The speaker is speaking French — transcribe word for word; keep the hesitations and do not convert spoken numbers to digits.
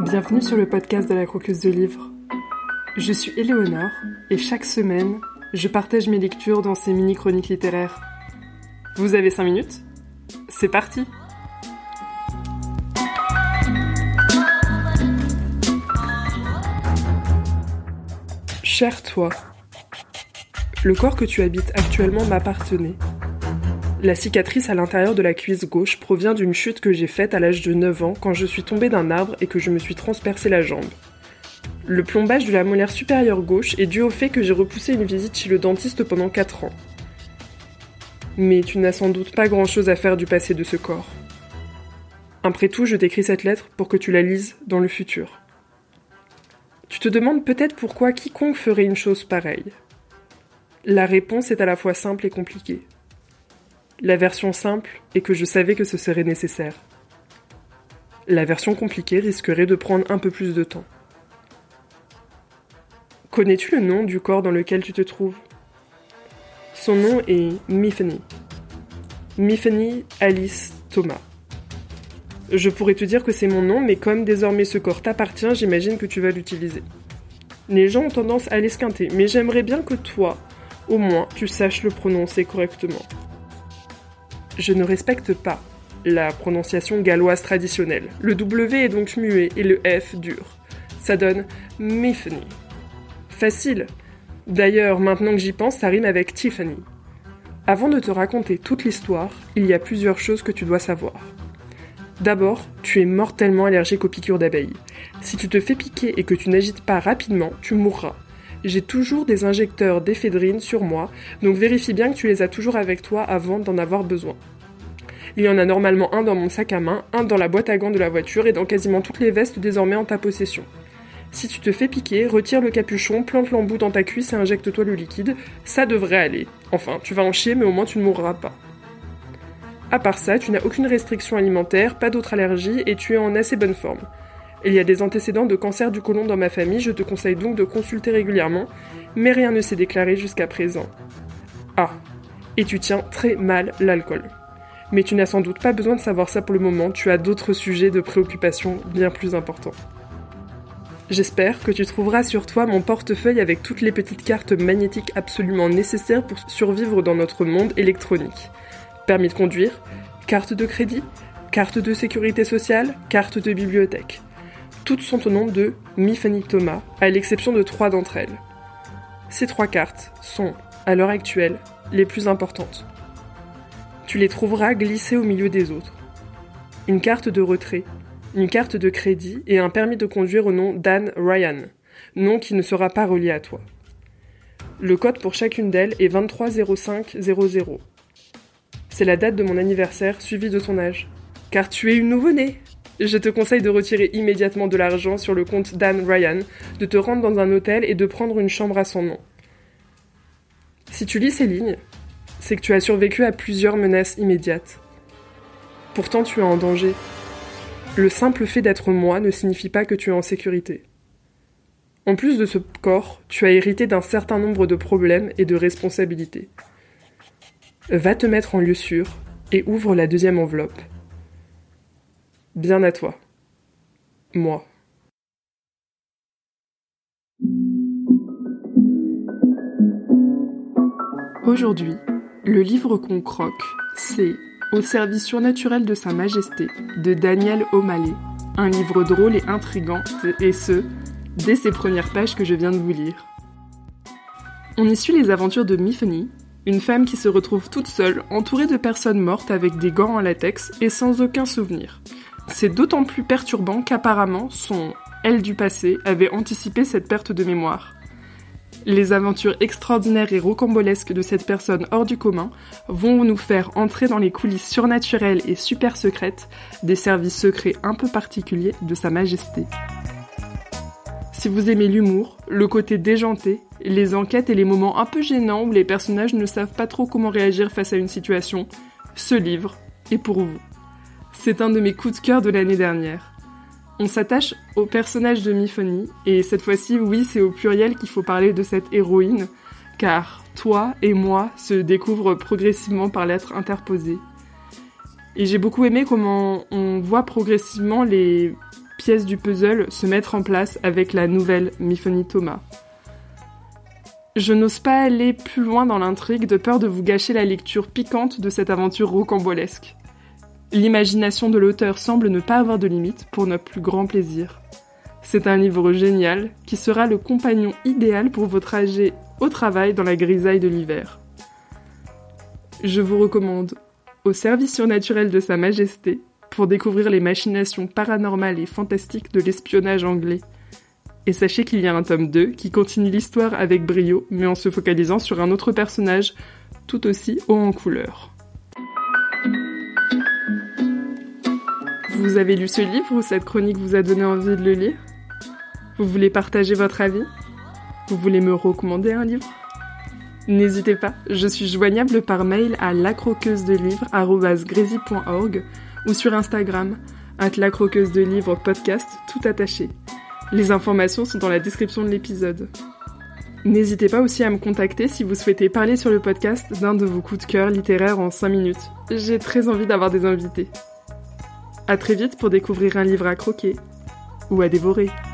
Bienvenue sur le podcast de la Croqueuse de Livres. Je suis Éléonore et chaque semaine, je partage mes lectures dans ces mini-chroniques littéraires. Vous avez cinq minutes ? C'est parti ! Cher toi, le corps que tu habites actuellement m'appartenait. La cicatrice à l'intérieur de la cuisse gauche provient d'une chute que j'ai faite à l'âge de neuf ans quand je suis tombée d'un arbre et que je me suis transpercé la jambe. Le plombage de la molaire supérieure gauche est dû au fait que j'ai repoussé une visite chez le dentiste pendant quatre ans. Mais tu n'as sans doute pas grand-chose à faire du passé de ce corps. Après tout, je t'écris cette lettre pour que tu la lises dans le futur. Tu te demandes peut-être pourquoi quiconque ferait une chose pareille. La réponse est à la fois simple et compliquée. La version simple est que je savais que ce serait nécessaire. La version compliquée risquerait de prendre un peu plus de temps. Connais-tu le nom du corps dans lequel tu te trouves ? Son nom est Myfanwy. Myfanwy Alice Thomas. Je pourrais te dire que c'est mon nom, mais comme désormais ce corps t'appartient, j'imagine que tu vas l'utiliser. Les gens ont tendance à l'esquinter, mais j'aimerais bien que toi, au moins, tu saches le prononcer correctement. Je ne respecte pas la prononciation galloise traditionnelle. Le W est donc muet et le F dur. Ça donne Myfanwy. Facile. D'ailleurs, maintenant que j'y pense, ça rime avec Tiffany. Avant de te raconter toute l'histoire, il y a plusieurs choses que tu dois savoir. D'abord, tu es mortellement allergique aux piqûres d'abeilles. Si tu te fais piquer et que tu n'agites pas rapidement, tu mourras. J'ai toujours des injecteurs d'éphédrine sur moi, donc vérifie bien que tu les as toujours avec toi avant d'en avoir besoin. Il y en a normalement un dans mon sac à main, un dans la boîte à gants de la voiture et dans quasiment toutes les vestes désormais en ta possession. Si tu te fais piquer, retire le capuchon, plante l'embout dans ta cuisse et injecte-toi le liquide, ça devrait aller. Enfin, tu vas en chier mais au moins tu ne mourras pas. À part ça, tu n'as aucune restriction alimentaire, pas d'autres allergies et tu es en assez bonne forme. Il y a des antécédents de cancer du côlon dans ma famille, je te conseille donc de consulter régulièrement, mais rien ne s'est déclaré jusqu'à présent. Ah, et tu tiens très mal l'alcool. Mais tu n'as sans doute pas besoin de savoir ça pour le moment, tu as d'autres sujets de préoccupation bien plus importants. J'espère que tu trouveras sur toi mon portefeuille avec toutes les petites cartes magnétiques absolument nécessaires pour survivre dans notre monde électronique. Permis de conduire, carte de crédit, carte de sécurité sociale, carte de bibliothèque. Toutes sont au nom de Myfanwy Thomas, à l'exception de trois d'entre elles. Ces trois cartes sont, à l'heure actuelle, les plus importantes. Tu les trouveras glissées au milieu des autres. Une carte de retrait, une carte de crédit et un permis de conduire au nom d'Anne Ryan, nom qui ne sera pas relié à toi. Le code pour chacune d'elles est vingt-trois zéro cinq zéro zéro. C'est la date de mon anniversaire suivie de ton âge. Car tu es une nouveau-née. Je te conseille de retirer immédiatement de l'argent sur le compte d'Anne Ryan, de te rendre dans un hôtel et de prendre une chambre à son nom. Si tu lis ces lignes, c'est que tu as survécu à plusieurs menaces immédiates. Pourtant, tu es en danger. Le simple fait d'être moi ne signifie pas que tu es en sécurité. En plus de ce corps, tu as hérité d'un certain nombre de problèmes et de responsabilités. Va te mettre en lieu sûr et ouvre la deuxième enveloppe. Bien à toi. Moi. Aujourd'hui, le livre qu'on croque, c'est Au service surnaturel de Sa Majesté de Daniel O'Malley, un livre drôle et intrigant, et ce, dès ses premières pages que je viens de vous lire. On y suit les aventures de Myfanwy, une femme qui se retrouve toute seule, entourée de personnes mortes avec des gants en latex et sans aucun souvenir. C'est d'autant plus perturbant qu'apparemment, son « elle du passé » avait anticipé cette perte de mémoire. Les aventures extraordinaires et rocambolesques de cette personne hors du commun vont nous faire entrer dans les coulisses surnaturelles et super secrètes des services secrets un peu particuliers de Sa Majesté. Si vous aimez l'humour, le côté déjanté, les enquêtes et les moments un peu gênants où les personnages ne savent pas trop comment réagir face à une situation, ce livre est pour vous. C'est un de mes coups de cœur de l'année dernière. On s'attache au personnage de Myfanwy, et cette fois-ci, oui, c'est au pluriel qu'il faut parler de cette héroïne, car toi et moi se découvrent progressivement par l'être interposé. Et j'ai beaucoup aimé comment on voit progressivement les pièces du puzzle se mettre en place avec la nouvelle Miffany Thomas. Je n'ose pas aller plus loin dans l'intrigue de peur de vous gâcher la lecture piquante de cette aventure rocambolesque. L'imagination de l'auteur semble ne pas avoir de limite pour notre plus grand plaisir. C'est un livre génial qui sera le compagnon idéal pour vos trajets au travail dans la grisaille de l'hiver. Je vous recommande Au service surnaturel de Sa Majesté pour découvrir les machinations paranormales et fantastiques de l'espionnage anglais. Et sachez qu'il y a un tome deux qui continue l'histoire avec brio, mais en se focalisant sur un autre personnage tout aussi haut en couleur. Vous avez lu ce livre ou cette chronique vous a donné envie de le lire ? Vous voulez partager votre avis ? Vous voulez me recommander un livre ? N'hésitez pas, je suis joignable par mail à lacroqueusedelivres arobase grésy point org ou sur Instagram, arobase lacroqueusedelivres podcast, tout attaché. Les informations sont dans la description de l'épisode. N'hésitez pas aussi à me contacter si vous souhaitez parler sur le podcast d'un de vos coups de cœur littéraires en cinq minutes. J'ai très envie d'avoir des invités. À très vite pour découvrir un livre à croquer ou à dévorer.